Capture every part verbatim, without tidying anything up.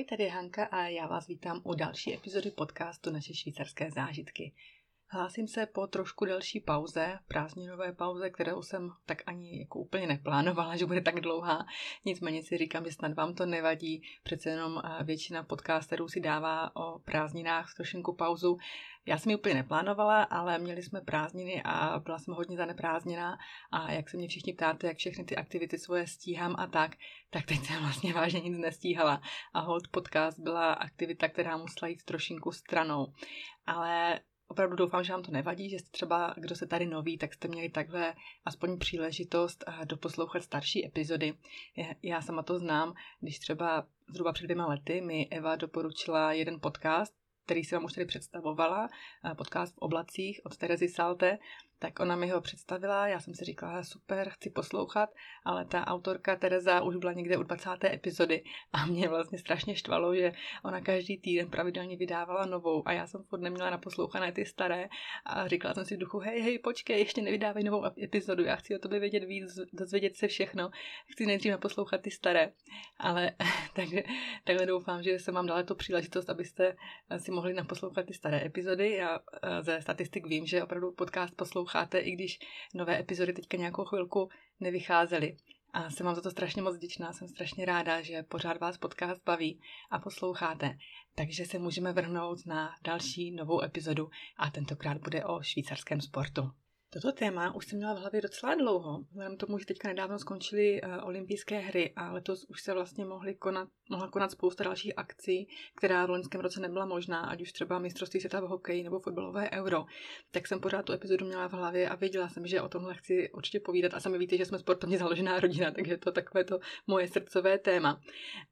tady je Hanka a já vás vítám u další epizody podcastu Naše švýcarské zážitky. Hlásím se po trošku delší pauze, prázdninové pauze, kterou jsem tak ani jako úplně neplánovala, že bude tak dlouhá. Nicméně si říkám, že snad vám to nevadí. Přece jenom většina podcasterů si dává o prázdninách trošinku pauzu. Já jsem ji úplně neplánovala, ale měli jsme prázdniny a byla jsem hodně zaneprázdněná. A jak se mě všichni ptáte, jak všechny ty aktivity svoje stíhám a tak, tak teď jsem vlastně vážně nic nestíhala. A hold podcast byla aktivita, která musela jít trošinku stranou. Ale opravdu doufám, že vám to nevadí, že jste třeba, kdo se tady noví, tak jste měli takhle aspoň příležitost doposlouchat starší epizody. Já sama to znám, když třeba zhruba před dvěma lety mi Eva doporučila jeden podcast, který si vám už tady představovala, podcast v oblacích od Terezy Salte, tak ona mi ho představila, já jsem si říkala, super, chci poslouchat, ale ta autorka Tereza už byla někde u dvacáté epizody a mě vlastně strašně štvalo, že ona každý týden pravidelně vydávala novou a já jsem furt neměla naposlouchané ty staré a říkala jsem si v duchu, hej, hej, počkej, ještě nevydávej novou epizodu, já chci o tobě vědět víc, dozvědět se všechno, chci nejdřív naposlouchat ty staré, ale takže takhle doufám, že jsem vám dala tu příležitost, abyste si mohli naposlouchat ty staré epizody. Já ze statistik vím, že opravdu podcast posloucháte, i když nové epizody teďka nějakou chvilku nevycházely. A jsem vám za to strašně moc vděčná, jsem strašně ráda, že pořád vás podcast baví a posloucháte. Takže se můžeme vrhnout na další novou epizodu a tentokrát bude o švýcarském sportu. Toto téma už jsem měla v hlavě docela dlouho, vzhledem tomu, že teďka nedávno skončily uh, olympijské hry a letos už se vlastně mohly konat, mohla konat spousta dalších akcí, která v loňském roce nebyla možná, ať už třeba mistrovství světa v hokeji nebo fotbalové euro. Tak jsem pořád tu epizodu měla v hlavě a věděla jsem, že o tomhle chci určitě povídat a sami víte, že jsme sportovně založená rodina, takže to takové to moje srdcové téma.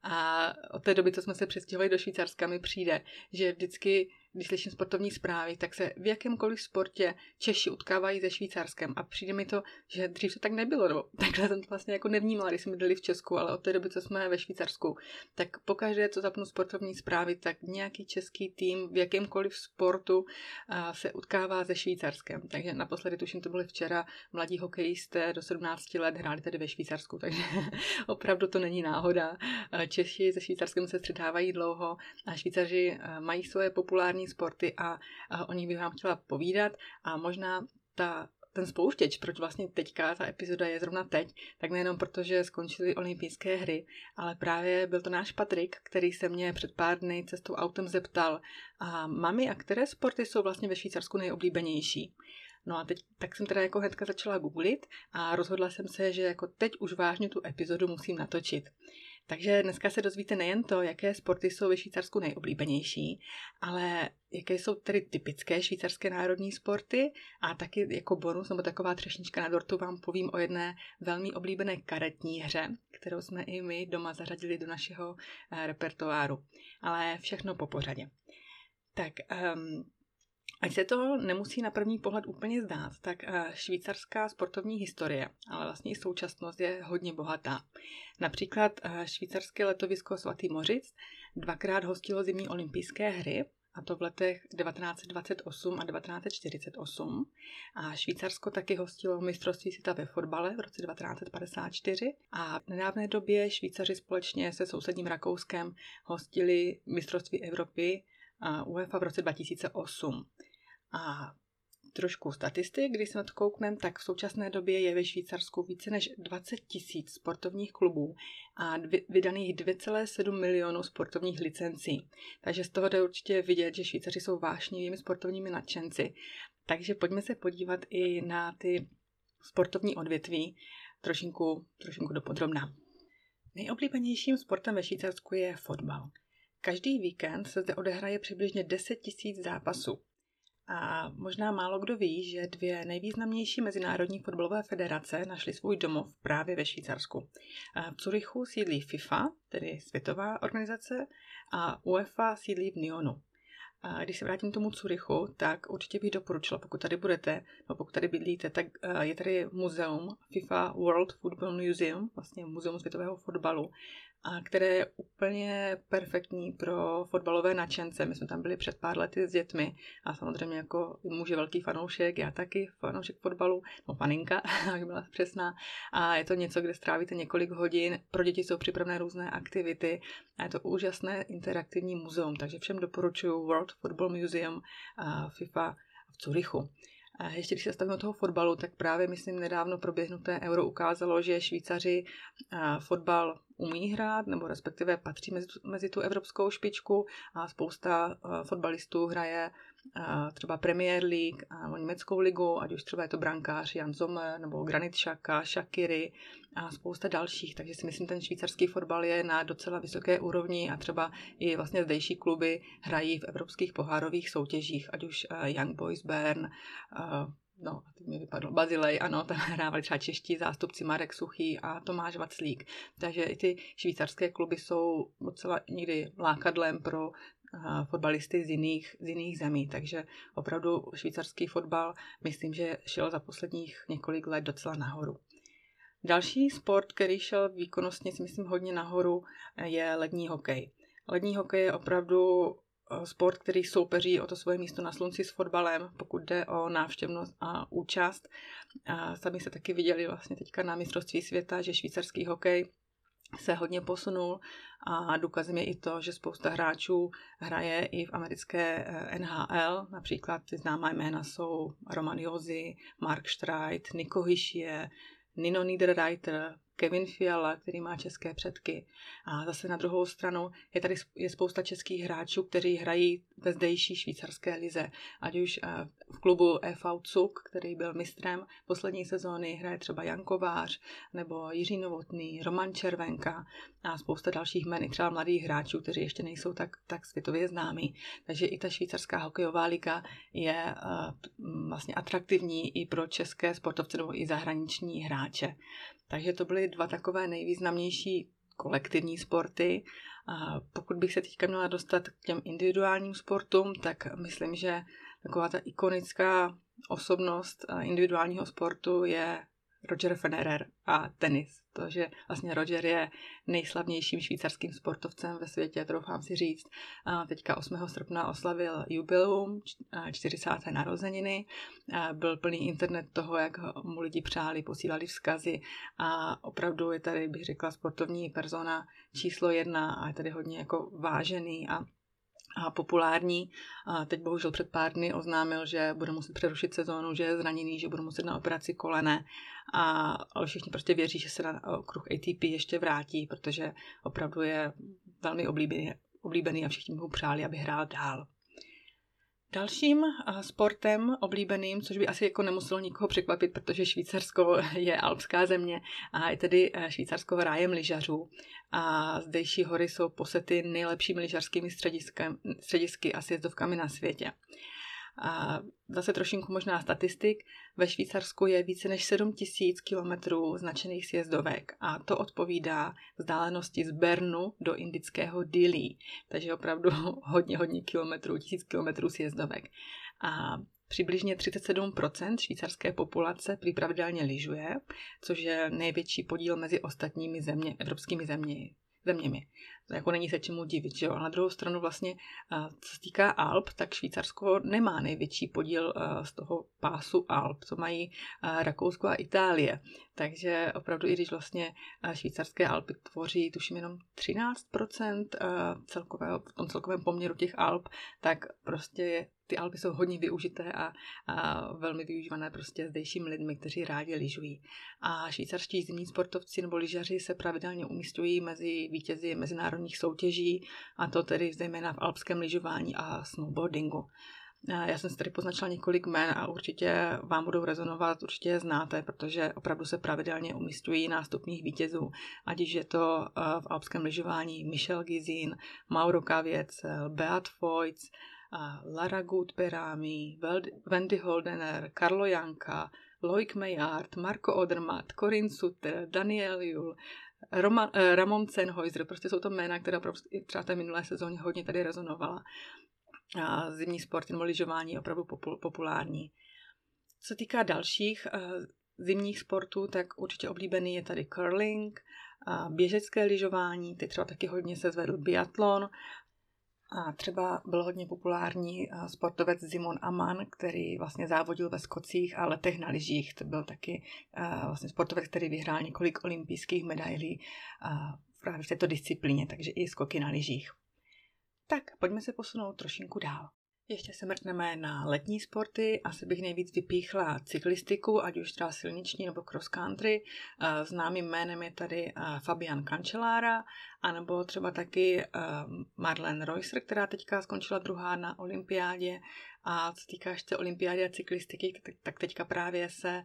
A od té doby, co jsme se přestěhovali do Švýcarska, mi přijde, že vždycky když slyším sportovní zprávy, tak se v jakémkoliv sportě Češi utkávají se Švýcarskem a přijde mi to, že dřív to tak nebylo, no. Takhle jsem to vlastně jako nevnímala, když jsme byli v Česku, ale od té doby, co jsme ve Švýcarsku, tak pokaždé, co zapnu sportovní zprávy, tak nějaký český tým v jakémkoliv sportu se utkává se Švýcarskem. Takže naposledy, tuším, to byly včera, mladí hokejisté do sedmnácti let hráli tady ve Švýcarsku, takže opravdu to není náhoda. Češi se Švýcarskem se střetávají dlouho a Švýcaři mají svoje populární sporty a, a o nich bych vám chtěla povídat a možná ta, ten spouštěč, proč vlastně teďka ta epizoda je zrovna teď, tak nejenom proto, že skončily olympijské hry, ale právě byl to náš Patrik, který se mě před pár dny cestou autem zeptal a mami, a které sporty jsou vlastně ve Švýcarsku nejoblíbenější? No a teď tak jsem teda jako hnedka začala googlit a rozhodla jsem se, že jako teď už vážně tu epizodu musím natočit. Takže dneska se dozvíte nejen to, jaké sporty jsou ve Švýcarsku nejoblíbenější, ale jaké jsou tedy typické švýcarské národní sporty a taky jako bonus nebo taková třešnička na dortu vám povím o jedné velmi oblíbené karetní hře, kterou jsme i my doma zařadili do našeho eh, repertoáru. Ale všechno po pořadě. Tak um, ať se to nemusí na první pohled úplně zdát, tak švýcarská sportovní historie, ale vlastně i současnost je hodně bohatá. Například švýcarské letovisko Svatý Mořic dvakrát hostilo zimní olympijské hry, a to v letech devatenáct set dvacet osm a devatenáct set čtyřicet osm. A Švýcarsko taky hostilo mistrovství světa ve fotbale v roce devatenáct set padesát čtyři. A v nedávné době Švýcaři společně se sousedním Rakouskem hostili mistrovství Evropy a UEFA v roce dva tisíce osm. A trošku statistik, když se na to koukneme, tak v současné době je ve Švýcarsku více než dvacet tisíc sportovních klubů a dvě, vydaných dvě celé sedm milionů sportovních licencí. Takže z toho jde určitě vidět, že Švýcaři jsou vášnivými sportovními nadšenci. Takže pojďme se podívat i na ty sportovní odvětví trošinku, trošinku dopodrobna. Nejoblíbenějším sportem ve Švýcarsku je fotbal. Každý víkend se zde odehraje přibližně deset tisíc zápasů. A možná málo kdo ví, že dvě nejvýznamnější mezinárodní fotbalové federace našly svůj domov právě ve Švýcarsku. V Curychu sídlí FIFA, tedy světová organizace, a UEFA sídlí v Nyonu. A když se vrátím k tomu Curychu, tak určitě bych doporučila, pokud tady budete, no pokud tady bydlíte, tak je tady muzeum FIFA World Football Museum, vlastně muzeum světového fotbalu. a které je úplně perfektní pro fotbalové nadšence. My jsme tam byli před pár lety s dětmi a samozřejmě jako muž je velký fanoušek, já taky fanoušek fotbalu, no faninka, jak byla přesná. A je to něco, kde strávíte několik hodin, pro děti jsou připravené různé aktivity a je to úžasné interaktivní muzeum, takže všem doporučuji World Football Museum a FIFA v Curychu. A ještě když se stavíme do toho fotbalu, tak právě myslím nedávno proběhnuté Euro ukázalo, že Švýcaři fotbal umí hrát, nebo respektive patří mezi tu, mezi tu evropskou špičku a spousta fotbalistů hraje třeba Premier League a německou ligu, ať už třeba je to brankář Jan Sommer nebo Granit Xhaka, Shaqiri a spousta dalších, takže si myslím, ten švýcarský fotbal je na docela vysoké úrovni a třeba i vlastně zdejší kluby hrají v evropských pohárových soutěžích, ať už Young Boys Bern, no, teď mi vypadlo Bazilej, ano, tam hrávali třeba čeští zástupci Marek Suchý a Tomáš Vaclík. Takže i ty švýcarské kluby jsou docela někdy lákadlem pro uh, fotbalisty z jiných, z jiných zemí. Takže opravdu švýcarský fotbal, myslím, že šel za posledních několik let docela nahoru. Další sport, který šel výkonnostně, si myslím, hodně nahoru, je lední hokej. Lední hokej je opravdu sport, který soupeří o to svoje místo na slunci s fotbalem, pokud jde o návštěvnost a účast. A sami se taky viděli vlastně teďka na mistrovství světa, že švýcarský hokej se hodně posunul a důkazem je i to, že spousta hráčů hraje i v americké N H L. Například ty známá jména jsou Roman Josi, Mark Streit, Nico Hischier, Nino Niederreiter, Kevin Fiala, který má české předky. A zase na druhou stranu je tady je spousta českých hráčů, kteří hrají ve zdejší švýcarské lize. Ať už v klubu E V Cuk, který byl mistrem poslední sezóny, hraje třeba Jan Kovář, nebo Jiří Novotný, Roman Červenka a spousta dalších jmen, třeba mladých hráčů, kteří ještě nejsou tak, tak světově známí. Takže i ta švýcarská hokejová liga je uh, vlastně atraktivní i pro české sportovce nebo i zahraniční hráče. Takže to byly dva takové nejvýznamnější kolektivní sporty. A pokud bych se teďka měla dostat k těm individuálním sportům, tak myslím, že taková ta ikonická osobnost individuálního sportu je Roger Federer a tenis. To, že vlastně Roger je nejslavnějším švýcarským sportovcem ve světě, troufám si říct. A teďka osmého srpna oslavil jubileum, čtyřicáté narozeniny. A byl plný internet toho, jak mu lidi přáli, posílali vzkazy a opravdu je tady, bych řekla, sportovní persona číslo jedna a je tady hodně jako vážený a a populární. A teď bohužel před pár dny oznámil, že bude muset přerušit sezónu, že je zraněný, že bude muset na operaci kolene. A, ale všichni prostě věří, že se na okruh A T P ještě vrátí, protože opravdu je velmi oblíbený, oblíbený a všichni mu přáli, aby hrál dál. Dalším sportem oblíbeným, což by asi jako nemuselo nikoho překvapit, protože Švýcarsko je alpská země a je tedy Švýcarsko rájem lyžařů. A zdejší hory jsou posety nejlepšími lyžařskými středisky a sjezdovkami na světě. A zase trošinku možná statistik. Ve Švýcarsku je více než sedm tisíc kilometrů značených sjezdovek a to odpovídá vzdálenosti z Bernu do indického Dillí. Takže opravdu hodně, hodně kilometrů, tisíc kilometrů sjezdovek. A přibližně třicet sedm procent švýcarské populace pravidelně lyžuje, což je největší podíl mezi ostatními země, evropskými zeměmi. zeměmi. Jako není se čemu divit, že jo? A na druhou stranu vlastně, co se týká Alp, tak Švýcarsko nemá největší podíl z toho pásu Alp, co mají Rakousko a Itálie. Takže opravdu, i když vlastně švýcarské Alpy tvoří tuším jenom třináct procent celkového, v tom celkovém poměru těch Alp, tak prostě ty Alpy jsou hodně využité a, a velmi využívané prostě zdejšími lidmi, kteří rádi lyžují. A švýcarští zimní sportovci nebo lyžaři se pravidelně umístují mezi vítězi mezinárodních soutěží, a to tedy zejména v alpském lyžování a snowboardingu. Já jsem si tady poznačila několik jmen a určitě vám budou rezonovat, určitě je znáte, protože opravdu se pravidelně umístují nástupních vítězů. Ať už je to v alpském lyžování Michel Gizin, Mauro Kavěcel, Beat Feutz, Lara Gut-Berami, Wendy Holdener, Karlo Janka, Loic Meillard, Marco Odermatt, Corinne Sutter, Daniel Jul, Roman, eh, Ramon Sennhäuser, prostě jsou to jména, která třeba té minulé sezóně hodně tady rezonovala. A zimní sport nebo lyžování je opravdu populární. Co se týká dalších zimních sportů, tak určitě oblíbený je tady curling, a běžecké lyžování, ty třeba taky hodně se zvedl biatlon a třeba byl hodně populární sportovec Simon Ammann, který vlastně závodil ve skocích a letech na lyžích. To byl taky vlastně sportovec, který vyhrál několik olympijských medailí právě v této disciplíně, takže i skoky na lyžích. Tak, pojďme se posunout trošinku dál. Ještě se mrkneme na letní sporty. Asi bych nejvíc vypíchla cyklistiku, ať už třeba silniční nebo cross country. Známým jménem je tady Fabian Cancellara, anebo třeba taky Marlene Reusser, která teďka skončila druhá na olympiádě. A co týká ještě olympiády a cyklistiky, tak teďka právě se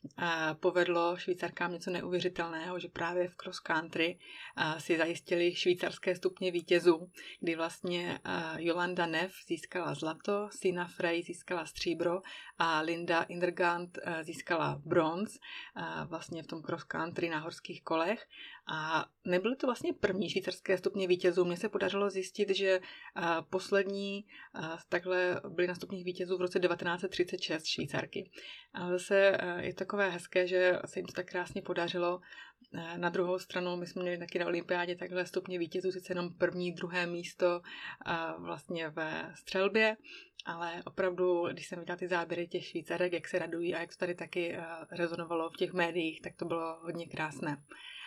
povedlo Švýcarkám něco neuvěřitelného, že právě v cross country si zajistili švýcarské stupně vítězů, kdy vlastně Jolanda Neff získala zlato, Sina Frey získala stříbro a Linda Indergant získala bronz vlastně v tom cross country na horských kolech. A nebyly to vlastně první švýcarské stupně vítězů. Mně se podařilo zjistit, že poslední takhle byly na stupních vítězů v roce devatenáct set třicet šest Švýcarky. A zase je takové hezké, že se jim to tak krásně podařilo. Na druhou stranu my jsme měli taky na olympiádě takhle stupně vítězů, sice jenom první, druhé místo vlastně ve střelbě, ale opravdu, když jsem viděla ty záběry těch Švýcarek, jak se radují a jak to tady taky rezonovalo v těch médiích, tak to bylo hodně krásné.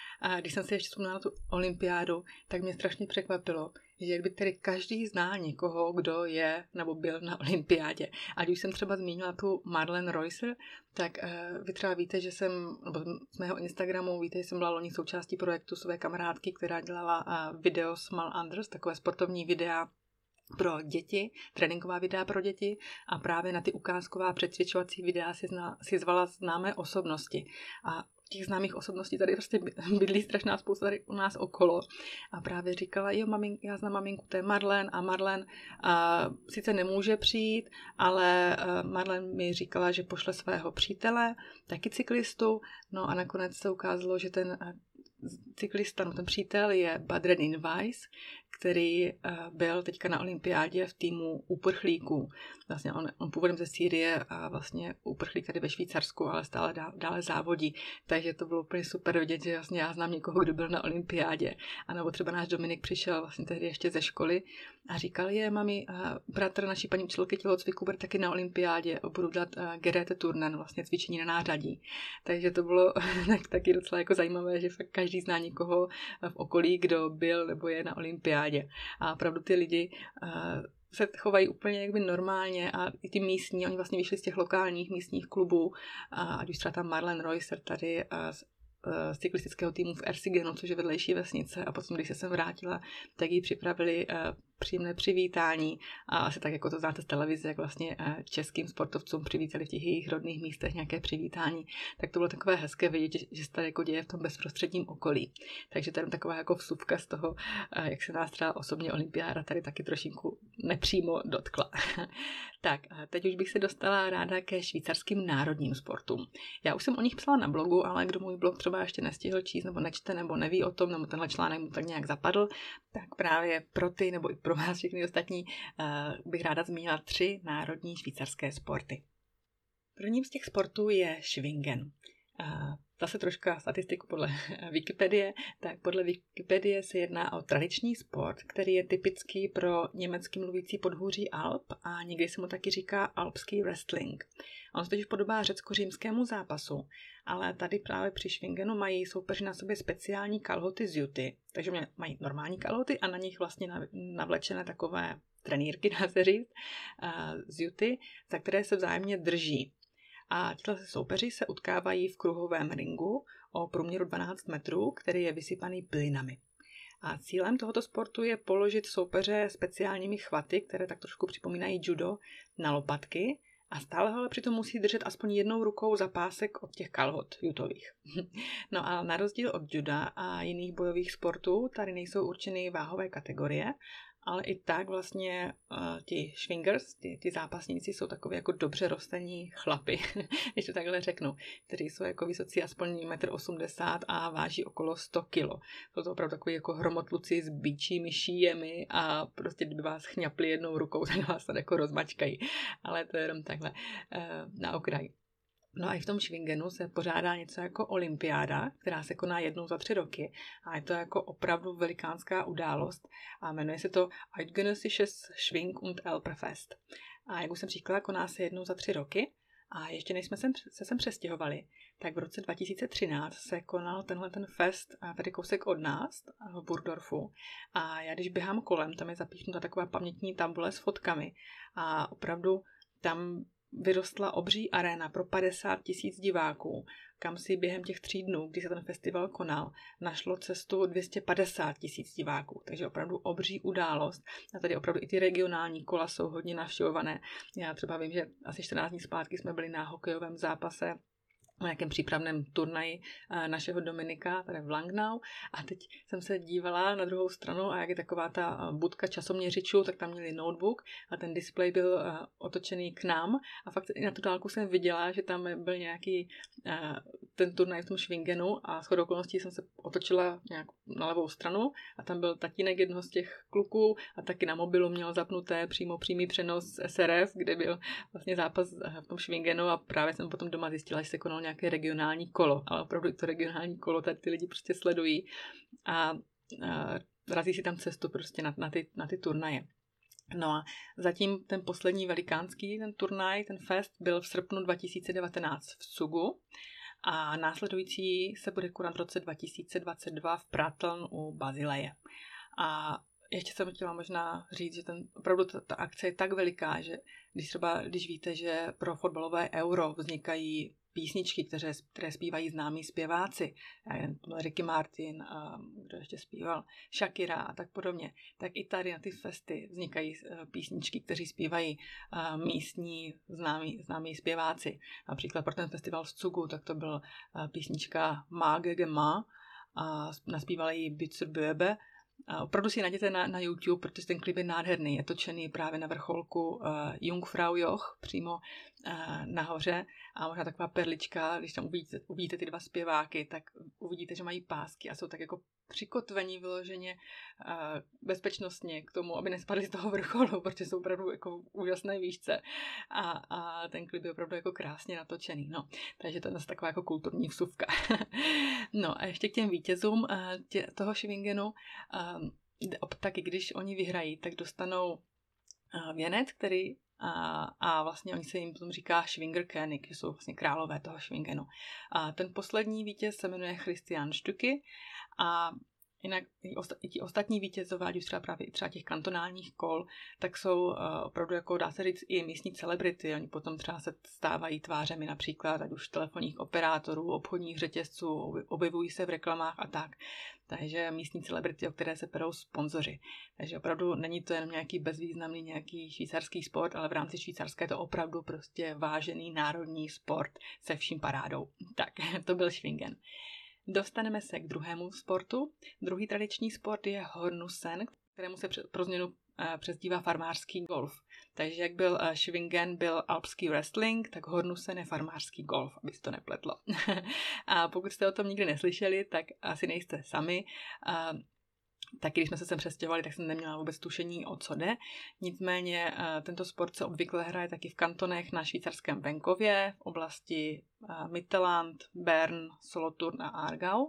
A když jsem si ještě vzpomněla na tu olympiádu, tak mě strašně překvapilo, že jak by tedy každý zná někoho, kdo je nebo byl na olympiádě. Ať už jsem třeba zmínila tu Marlene Reusser, tak uh, vy třeba víte, že jsem, nebo z mého Instagramu víte, že jsem byla loni součástí projektu své kamarádky, která dělala uh, video Small Anders, takové sportovní videa pro děti, tréninková videa pro děti a právě na ty ukázková přesvědčovací videa si, zna, si zvala známé osobnosti. A těch známých osobností tady prostě bydlí strašná spousta tady u nás okolo. A právě říkala, jo, mamin, já znám maminku, to je Marlene a Marlene uh, sice nemůže přijít, ale uh, Marlene mi říkala, že pošle svého přítele, taky cyklistu, no a nakonec se ukázalo, že ten uh, cyklista, no ten přítel je Badreddin Weiss, který uh, byl teďka na olympiádě v týmu uprchlíků. Vlastně on, on původem ze Sýrie a vlastně uprchlík tady ve Švýcarsku, ale stále dá, dále závodí. Takže to bylo úplně super vidět, že vlastně já znám někoho, kdo byl na olympiádě. A nebo třeba náš Dominik přišel vlastně tehdy ještě ze školy a říkal, je, mami, uh, bratr naší paní učitelky tělocviku bude taky na olympiádě, budu dělat uh, Geräte Turnen, vlastně cvičení na nářadí. Takže to bylo tak, taky docela jako zajímavé, že fakt každý zná někoho v okolí, kdo byl nebo je na olympiádě. A opravdu ty lidi uh, se chovají úplně jakby normálně a i ty místní, oni vlastně vyšli z těch lokálních místních klubů, a ať už třeba tam Marlene Reusser tady a z, z cyklistického týmu v Ersigenu, což je vedlejší vesnice, a potom, když se sem vrátila, tak jí připravili uh, příjemné přivítání a asi tak, jako to znáte z televize, jak vlastně českým sportovcům přivítali v těch jejich rodných místech nějaké přivítání, tak to bylo takové hezké vidět, že se tady jako děje v tom bezprostředním okolí. Takže to je taková jako vsuvka z toho, jak se nás třeba osobně olympiáda tady taky trošinku nepřímo dotkla. Tak, teď už bych se dostala ráda ke švýcarským národním sportům. Já už jsem o nich psala na blogu, ale kdo můj blog třeba ještě nestihl číst, nebo nečte, nebo neví o tom, nebo tenhle článek mu tak nějak zapadl, tak právě pro ty, nebo i pro vás všechny ostatní uh, bych ráda zmínila tři národní švýcarské sporty. Prvním z těch sportů je Schwingen. Uh, zase troška statistiku podle Wikipedie. Tak podle Wikipedie se jedná o tradiční sport, který je typický pro německy mluvící podhůří Alp a někdy se mu taky říká alpský wrestling. On se totiž podobá řecko-římskému zápasu, ale tady právě při Schwingenu mají soupeři na sobě speciální kalhoty z juty, takže mají normální kalhoty a na nich vlastně navlečené takové trenýrky, dá se říct, z juty, za které se vzájemně drží. A tyto soupeři se utkávají v kruhovém ringu o průměru dvanáct metrů, který je vysypaný bylinami. A cílem tohoto sportu je položit soupeře speciálními chvaty, které tak trošku připomínají judo, na lopatky a stále ho ale přitom musí držet aspoň jednou rukou za pásek od těch kalhot jutových. No a na rozdíl od juda a jiných bojových sportů tady nejsou určeny váhové kategorie, ale i tak vlastně uh, ti Schwingers, ty, ty zápasníci jsou takový jako dobře rostení chlapy, když to takhle řeknu, kteří jsou jako vysocí aspoň metr osmdesát a váží okolo sto kilo. Jsou to opravdu takový jako hromotluci s býčími šíjemi a prostě kdyby vás chňapli jednou rukou, tak vás tady jako rozmačkají. Ale to je jenom takhle uh, na okraj. No a i v tom Schwingenu se pořádá něco jako olympiáda, která se koná jednou za tři roky. A je to jako opravdu velikánská událost a jmenuje se to Eidgenössisches Schwing- und Elbfest. A jak už jsem říkala, koná se jednou za tři roky. A ještě než jsme sem, se sem přestěhovali, tak v roce dva tisíce třináct se konal tenhle ten fest tady kousek od nás v Burgdorfu. A já když běhám kolem, tam je zapíchnuta taková pamětní tabule s fotkami a opravdu tam vyrostla obří aréna pro padesát tisíc diváků, kam si během těch tří dnů, kdy se ten festival konal, našlo cestu dvě stě padesát tisíc diváků. Takže opravdu obří událost. A tady opravdu i ty regionální kola jsou hodně navštěvované. Já třeba vím, že asi čtrnáct dní zpátky jsme byli na hokejovém zápase o nějakém přípravném turnaji našeho Dominika, tady v Langnau. A teď jsem se dívala na druhou stranu a jak je taková ta budka časoměřičů, tak tam měli notebook a ten displej byl otočený k nám a fakt i na tu dálku jsem viděla, že tam byl nějaký ten turnaj v tom Schwingenu a shodou okolností jsem se otočila nějak na levou stranu a tam byl tatínek jednoho z těch kluků a taky na mobilu měl zapnuté přímo přímý přenos z S R F, kde byl vlastně zápas v tom Schwingenu a právě jsem potom doma zjistila, že se konal nějaké regionální kolo, ale opravdu i to regionální kolo tady ty lidi prostě sledují a, a razí si tam cestu prostě na, na, ty, na ty turnaje. No a zatím ten poslední velikánský ten turnaj, ten fest, byl v srpnu dva tisíce devatenáct v Cugu a následující se bude konat v roce dva tisíce dvacet dva v Pratteln u Basileje. A ještě jsem chtěla možná říct, že ten, opravdu ta, ta akce je tak veliká, že když třeba, když víte, že pro fotbalové euro vznikají písničky, které, které zpívají známí zpěváci, Ricky Martin, a kdo ještě zpíval, Shakira a tak podobně, tak i tady na ty festy vznikají písničky, kteří zpívají místní známí, známí zpěváci. Například pro ten festival v Cugu, tak to byl písnička Ma gegen Ma a naspívali ji Bitzer Böbe. A opravdu si najděte na, na YouTube, protože ten klip je nádherný. Je točený právě na vrcholku uh, Jungfraujoch, přímo uh, nahoře. A možná taková perlička, když tam uvidíte, uvidíte ty dva zpěváky, tak uvidíte, že mají pásky a jsou tak jako přikotvení vyloženě uh, bezpečnostně k tomu, aby nespadli z toho vrcholu, protože jsou opravdu jako úžasné výšce. A, a ten klip je opravdu jako krásně natočený. No, takže to je taková jako kulturní vsuvka. No a ještě k těm vítězům uh, tě, toho Schwingenu. Uh, taky když oni vyhrají, tak dostanou uh, věnec, který A, a vlastně oni se jim potom říká Schwingerkönig, že jsou vlastně králové toho Schwingenu. A ten poslední vítěz se jmenuje Christian Stücki a jinak i ti ostatní vítězové, ať už třeba právě i třeba těch kantonálních kol, tak jsou uh, opravdu, jako dá se říct, i místní celebrity. Oni potom třeba se stávají tvářemi například, ať už telefonních operátorů, obchodních řetězců, objevují se v reklamách a tak. Takže místní celebrity, o které se perou sponzoři. Takže opravdu není to jen nějaký bezvýznamný nějaký švýcarský sport, ale v rámci Švýcarska je to opravdu prostě vážený národní sport se vším parádou. Tak, to byl Schwingen. Dostaneme se k druhému sportu. Druhý tradiční sport je Hornussen, kterému se pro změnu přezdívá farmářský golf. Takže jak byl Schwingen byl alpský wrestling, tak Hornussen je farmářský golf, aby se to nepletlo. A pokud jste o tom nikdy neslyšeli, tak asi nejste sami. Taky když jsme se sem přestěhovali, tak jsem neměla vůbec tušení, o co jde. Nicméně tento sport se obvykle hraje taky v kantonech na švýcarském venkově, v oblasti Mittelland, Bern, Solothurn a Aargau.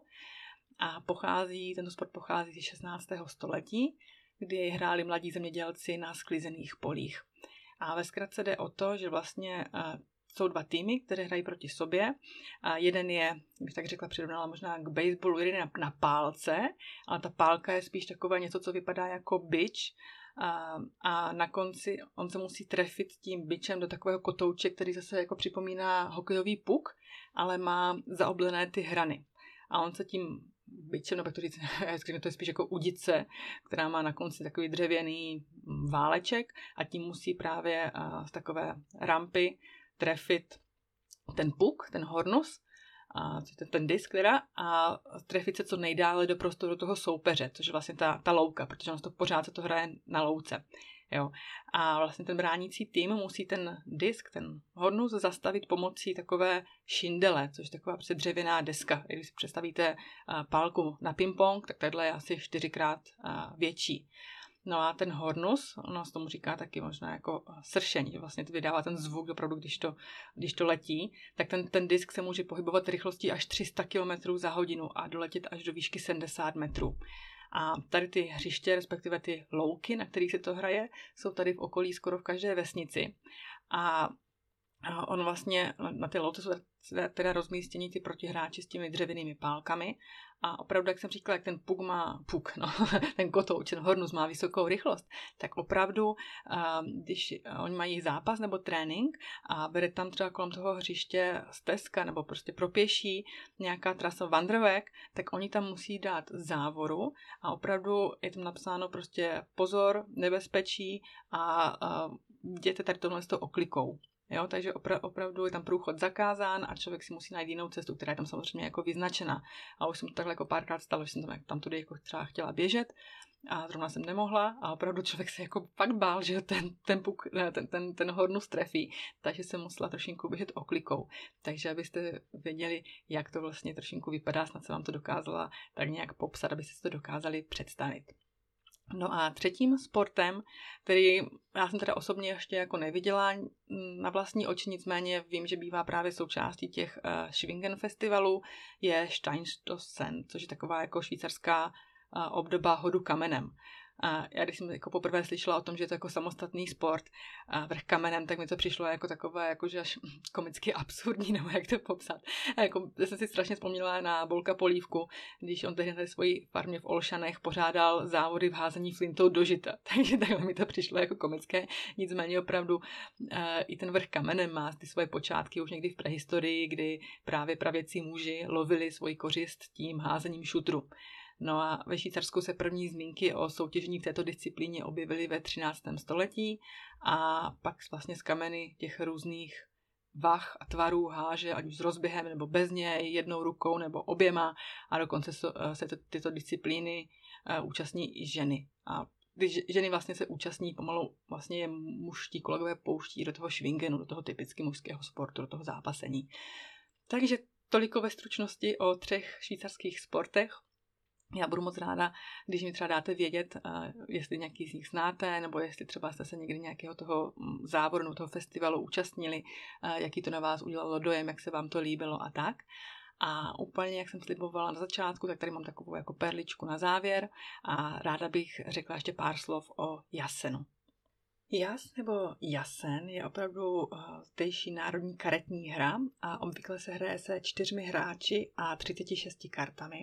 A pochází, tento sport pochází z šestnáctého století, kdy jej hráli mladí zemědělci na sklizených polích. A ve zkratce jde o to, že vlastně jsou dva týmy, které hrají proti sobě. A jeden je, bych tak řekla, přirovnala možná k baseballu, jeden je na, na pálce, ale ta pálka je spíš takové něco, co vypadá jako bič. A, a na konci on se musí trefit tím bičem do takového kotouče, který zase jako připomíná hokejový puk, ale má zaoblené ty hrany. A on se tím bičem, no pak to říct, to je spíš jako udice, která má na konci takový dřevěný váleček a tím musí právě z takové rampy trefit ten puk, ten hornus, a ten, ten disk teda, a trefit se co nejdále do prostoru toho soupeře, což je vlastně ta, ta louka, protože on to pořád se to hraje na louce. Jo. A vlastně ten bránící tým musí ten disk, ten hornus zastavit pomocí takové šindele, což je taková předřevěná deska. Když si představíte pálku na ping-pong, tak tahle je asi čtyřikrát větší. No a ten hornus, ono se tomu říká taky možná jako sršení, že vlastně to vydává ten zvuk opravdu, když to, když to letí, tak ten, ten disk se může pohybovat rychlostí až tři sta kilometrů za hodinu a doletět až do výšky sedmdesát metrů. A tady ty hřiště, respektive ty louky, na kterých se to hraje, jsou tady v okolí skoro v každé vesnici. A on vlastně, na ty louce jsou teda rozmístění ty protihráči s těmi dřevěnými pálkami a opravdu, jak jsem říkala, jak ten puk má, puk, no, ten kotouč, ten hornus má vysokou rychlost, tak opravdu, když oni mají zápas nebo trénink a vede tam třeba kolem toho hřiště stezka nebo prostě pro pěší nějaká trasa Wanderweg, tak oni tam musí dát závoru a opravdu je tam napsáno prostě pozor, nebezpečí a jděte tady tohle s tou oklikou. Jo, takže opra- opravdu je tam průchod zakázán a člověk si musí najít jinou cestu, která je tam samozřejmě jako vyznačena. A už jsem to takhle jako párkrát stalo, že jsem tam, tam tudy jako třeba chtěla běžet a zrovna jsem nemohla a opravdu člověk se jako fakt bál, že ten, ten, puk, ten, ten, ten hornus trefí, takže jsem musela trošinku běžet oklikou. Takže abyste věděli, jak to vlastně trošinku vypadá, snad jsem vám to dokázala tak nějak popsat, abyste si to dokázali představit. No a třetím sportem, který já jsem teda osobně ještě jako neviděla na vlastní oči, nicméně vím, že bývá právě součástí těch uh, Schwingen festivalů, je Steinstossen, což je taková jako švýcarská uh, obdoba hodu kamenem. A já když jsem jako poprvé slyšela o tom, že je to jako samostatný sport a vrch kamenem, tak mi to přišlo jako takové jakože až komicky absurdní, nebo jak to popsat. A jako, já jsem si strašně vzpomněla na Bolka Polívku, když on tehdy na svojí farmě v Olšanech pořádal závody v házení flintou do žita. Takže takhle mi to přišlo jako komické. Nicméně opravdu uh, i ten vrch kamenem má ty svoje počátky už někdy v prehistorii, kdy právě pravěcí muži lovili svoji kořist tím házením šutru. No a ve Švýcarsku se první zmínky o soutěžení v této disciplíně objevily ve třináctém století a pak vlastně z kameny těch různých vah a tvarů háže, ať už s rozběhem nebo bez něj, jednou rukou nebo oběma a dokonce se to, tyto disciplíny účastní i ženy. A když ženy vlastně se účastní, pomalu vlastně je mužští kolegové pouští do toho švingenu, do toho typicky mužského sportu, do toho zápasení. Takže toliko ve stručnosti o třech švýcarských sportech. Já budu moc ráda, když mi třeba dáte vědět, jestli nějaký z nich znáte, nebo jestli třeba jste se někdy nějakého toho závodu, toho festivalu účastnili, jaký to na vás udělalo dojem, jak se vám to líbilo a tak. A úplně, jak jsem slibovala na začátku, tak tady mám takovou jako perličku na závěr a ráda bych řekla ještě pár slov o jasenu. Jas nebo jasen je opravdu zdejší národní karetní hra a obvykle se hraje se čtyřmi hráči a třiceti šesti kartami.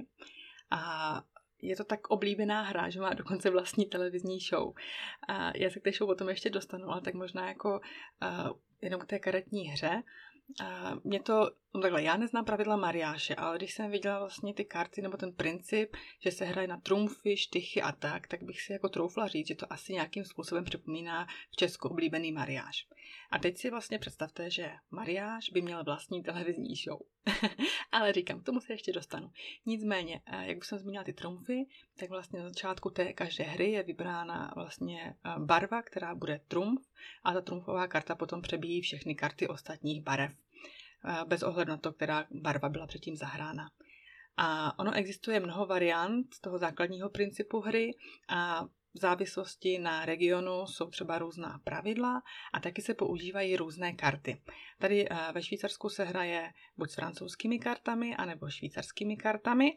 A je to tak oblíbená hra, že má dokonce vlastní televizní show. A já se k té show potom ještě dostanu, ale tak možná jako uh, jenom k té karetní hře. Uh, mě to, no takhle, já neznám pravidla mariáše, ale když jsem viděla vlastně ty karty nebo ten princip, že se hraje na trumfy, štychy a tak, tak bych si jako troufla říct, že to asi nějakým způsobem připomíná v Česku oblíbený mariáš. A teď si vlastně představte, že mariáš by měl vlastní televizní show. Ale říkám, k tomu se ještě dostanu. Nicméně, jak už jsem zmínila ty trumfy, tak vlastně na začátku té každé hry je vybrána vlastně barva, která bude trumf a ta trumfová karta potom přebíjí všechny karty ostatních barev. Bez ohledu na to, která barva byla předtím zahrána. A ono existuje mnoho variant toho základního principu hry a v závislosti na regionu jsou třeba různá pravidla a taky se používají různé karty. Tady ve Švýcarsku se hraje buď s francouzskými kartami, anebo švýcarskými kartami.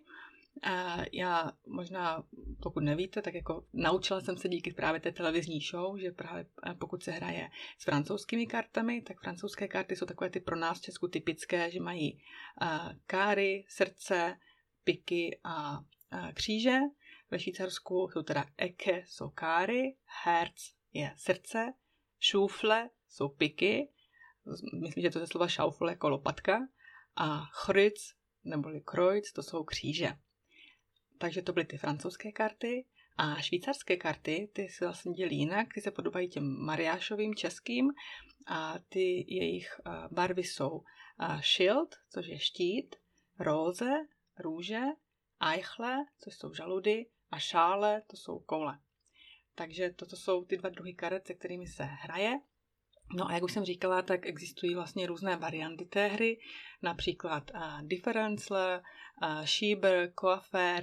Já možná, pokud nevíte, tak jako naučila jsem se díky právě té televizní show, že právě pokud se hraje s francouzskými kartami, tak francouzské karty jsou takové ty pro nás v Česku typické, že mají káry, srdce, piky a kříže. Ve Švýcarsku jsou teda Ecke, jsou káry, Herz je srdce, Schaufle jsou piky, myslím, že to je slova Schaufle jako lopatka, a Kreuz neboli Kreuz, to jsou kříže. Takže to byly ty francouzské karty a švýcarské karty, ty se vlastně dělí jinak, ty se podobají těm mariášovým českým a ty jejich barvy jsou Schild, což je štít, Rose, růže, Eichle, což jsou žaludy, a Schale, to jsou koule. Takže toto jsou ty dva druhy karet, se kterými se hraje. No a jak už jsem říkala, tak existují vlastně různé varianty té hry, například uh, Differenzle, uh, Schieber, Coiffeur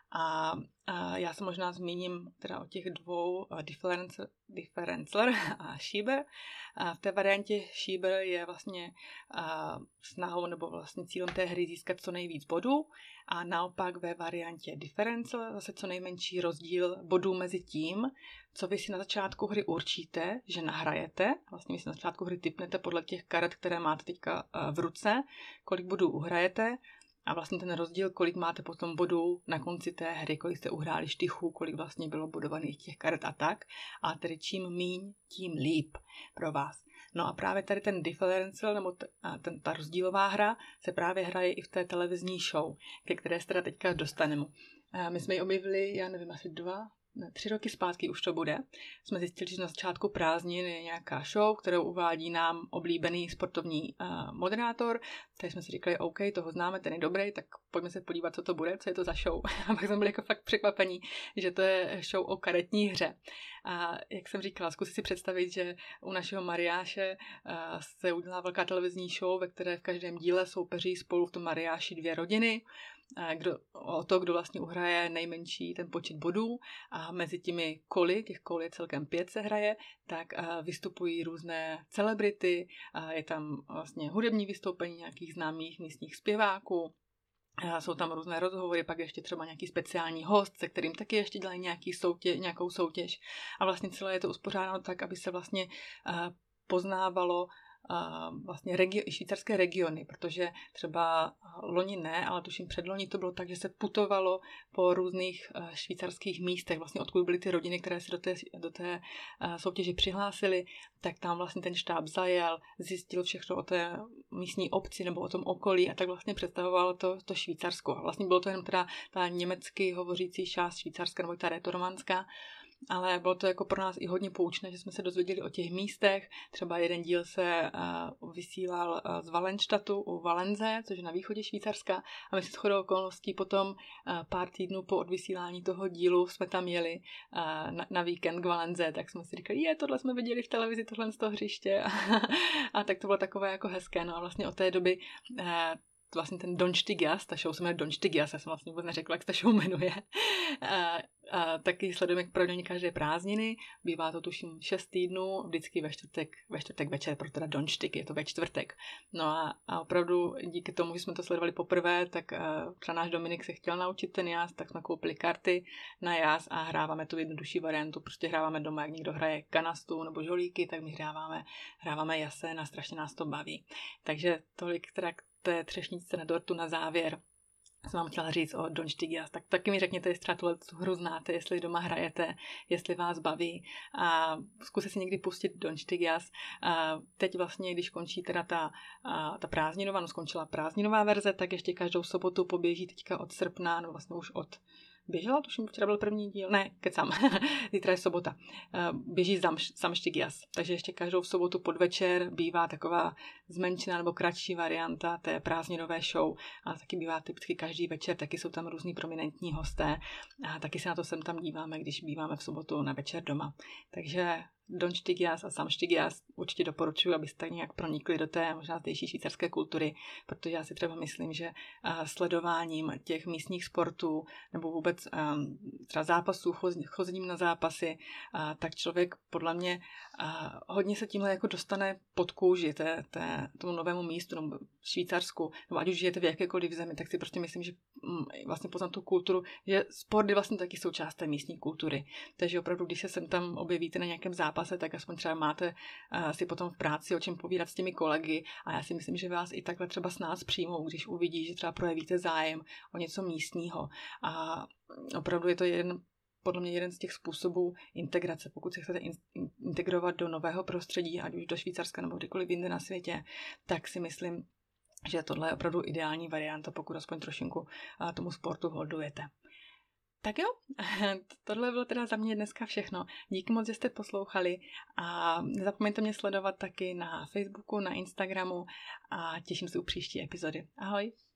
A, a já se možná zmíním teda o těch dvou differencer, differencer a Schieber. A v té variantě Schieber je vlastně a, snahou nebo vlastně cílem té hry získat co nejvíc bodů a naopak ve variantě Differencer zase co nejmenší rozdíl bodů mezi tím, co vy si na začátku hry určíte, že nahrajete. Vlastně vy si na začátku hry tipnete podle těch karet, které máte teďka v ruce, kolik bodů uhrajete. A vlastně ten rozdíl, kolik máte potom bodů na konci té hry, kolik jste uhráli štychů, kolik vlastně bylo bodovaných těch karet a tak. A tedy čím míň, tím líp pro vás. No a právě tady ten differential, nebo t- ten, ta rozdílová hra, se právě hraje i v té televizní show, ke které se teda teďka dostaneme. My jsme ji objevili, já nevím, asi dva, ne, tři roky zpátky už to bude. Jsme zjistili, že na začátku prázdnin je nějaká show, kterou uvádí nám oblíbený sportovní uh, moderátor. Takže jsme si říkali, OK, toho známe, ten je dobrý, tak pojďme se podívat, co to bude, co je to za show. A pak jsme byli jako fakt překvapení, že to je show o karetní hře. A jak jsem říkala, zkusit si představit, že u našeho Mariáše uh, se udělá velká televizní show, ve které v každém díle soupeří spolu v tom Mariáši dvě rodiny, Kdo, o to, kdo vlastně uhraje nejmenší ten počet bodů a mezi těmi koly, těch kol je celkem pět se hraje, tak vystupují různé celebrity, je tam vlastně hudební vystoupení nějakých známých místních zpěváků, jsou tam různé rozhovory, pak ještě třeba nějaký speciální host, se kterým taky ještě dělají nějaký soutě, nějakou soutěž a vlastně celé je to uspořádáno tak, aby se vlastně poznávalo Uh, vlastně regio- švýcarské regiony, protože třeba loni ne, ale tuším předloni to bylo tak, že se putovalo po různých uh, švýcarských místech, vlastně odkud byly ty rodiny, které se do té, do té uh, soutěže přihlásily, tak tam vlastně ten štáb zajel, zjistil všechno o té místní obci nebo o tom okolí a tak vlastně představovalo to, to Švýcarsko. A vlastně bylo to jenom teda ta německy hovořící část Švýcarska nebo ta retormanská, ale bylo to jako pro nás i hodně poučné, že jsme se dozvěděli o těch místech. Třeba jeden díl se uh, vysílal uh, z Valenštatu u Valenze, což je na východě Švýcarska. A my si shodou okolností potom uh, pár týdnů po odvysílání toho dílu jsme tam jeli uh, na, na víkend k Valenze, tak jsme si říkali, je, tohle jsme viděli v televizi, tohle z toho hřiště. A tak to bylo takové jako hezké. No a vlastně od té doby uh, vlastně ten Don Stygias, ta show se jmenuje Don Stygias, já jsem vlastně vůbec neřekla, jak se ta show jmenuje. A, a taky sledujeme pravidelně každé prázdniny, bývá to tuším šest týdnů, vždycky ve čtvrtek, ve čtvrtek večer, proto teda Don Styg, je to ve čtvrtek. No a, a opravdu díky tomu, že jsme to sledovali poprvé, tak a, třeba náš Dominik se chtěl naučit ten jas, tak jsme koupili karty na jas a hráváme tu jednodušší variantu, prostě hráváme doma, jak někdo hraje kanastu nebo žolíky, tak my hráváme, hráváme jasen a strašně nás to baví. Takže tolik teda té třešničce na dortu na závěr jsem vám chtěla říct o Don Stygias, tak taky mi řekněte, jestli třeba tuhle hru znáte, jestli doma hrajete, jestli vás baví a zkuste si někdy pustit Don Stygias. A teď vlastně, když končí teda ta, ta prázdninová, no skončila prázdninová verze, tak ještě každou sobotu poběží teďka od srpna, no vlastně už od běžela, tuším, včera byl první díl, ne, kecám, zítra je sobota, běží Sam Stygias, takže ještě každou sobotu podvečer bývá taková zmenšená nebo kratší varianta té prázdninové show a taky bývá typicky každý večer, taky jsou tam různí prominentní hosté a taky se na to sem tam díváme, když býváme v sobotu na večer doma. Takže Don Stygias a Sam Stygias určitě doporučuji, abyste tak nějak pronikli do té možná zdejší švýcarské kultury, protože já si třeba myslím, že sledováním těch místních sportů nebo vůbec třeba zápasů, chozením na zápasy, tak člověk podle mě hodně se tímhle jako dostane pod kůži té, té, tomu novému místu nebo Švýcarsku, nebo ať už žijete v jakékoliv zemi, tak si prostě myslím, že vlastně poznat tu kulturu, že sport je vlastně taky součást té místní kultury. Takže opravdu, když se sem tam objevíte na nějakém zápase, tak aspoň třeba máte uh, si potom v práci o čem povídat s těmi kolegy a já si myslím, že vás i takhle třeba s nás přijmou, když uvidí, že třeba projevíte zájem o něco místního. A opravdu je to jeden podle mě jeden z těch způsobů integrace. Pokud se chcete in, in, integrovat do nového prostředí, ať už do Švýcarska nebo kdykoliv jinde na světě, tak si myslím, že tohle je opravdu ideální varianta, pokud aspoň trošinku tomu sportu holdujete. Tak jo, tohle bylo teda za mě dneska všechno. Díky moc, že jste poslouchali a nezapomeňte mě sledovat taky na Facebooku, na Instagramu a těším se u příští epizody. Ahoj!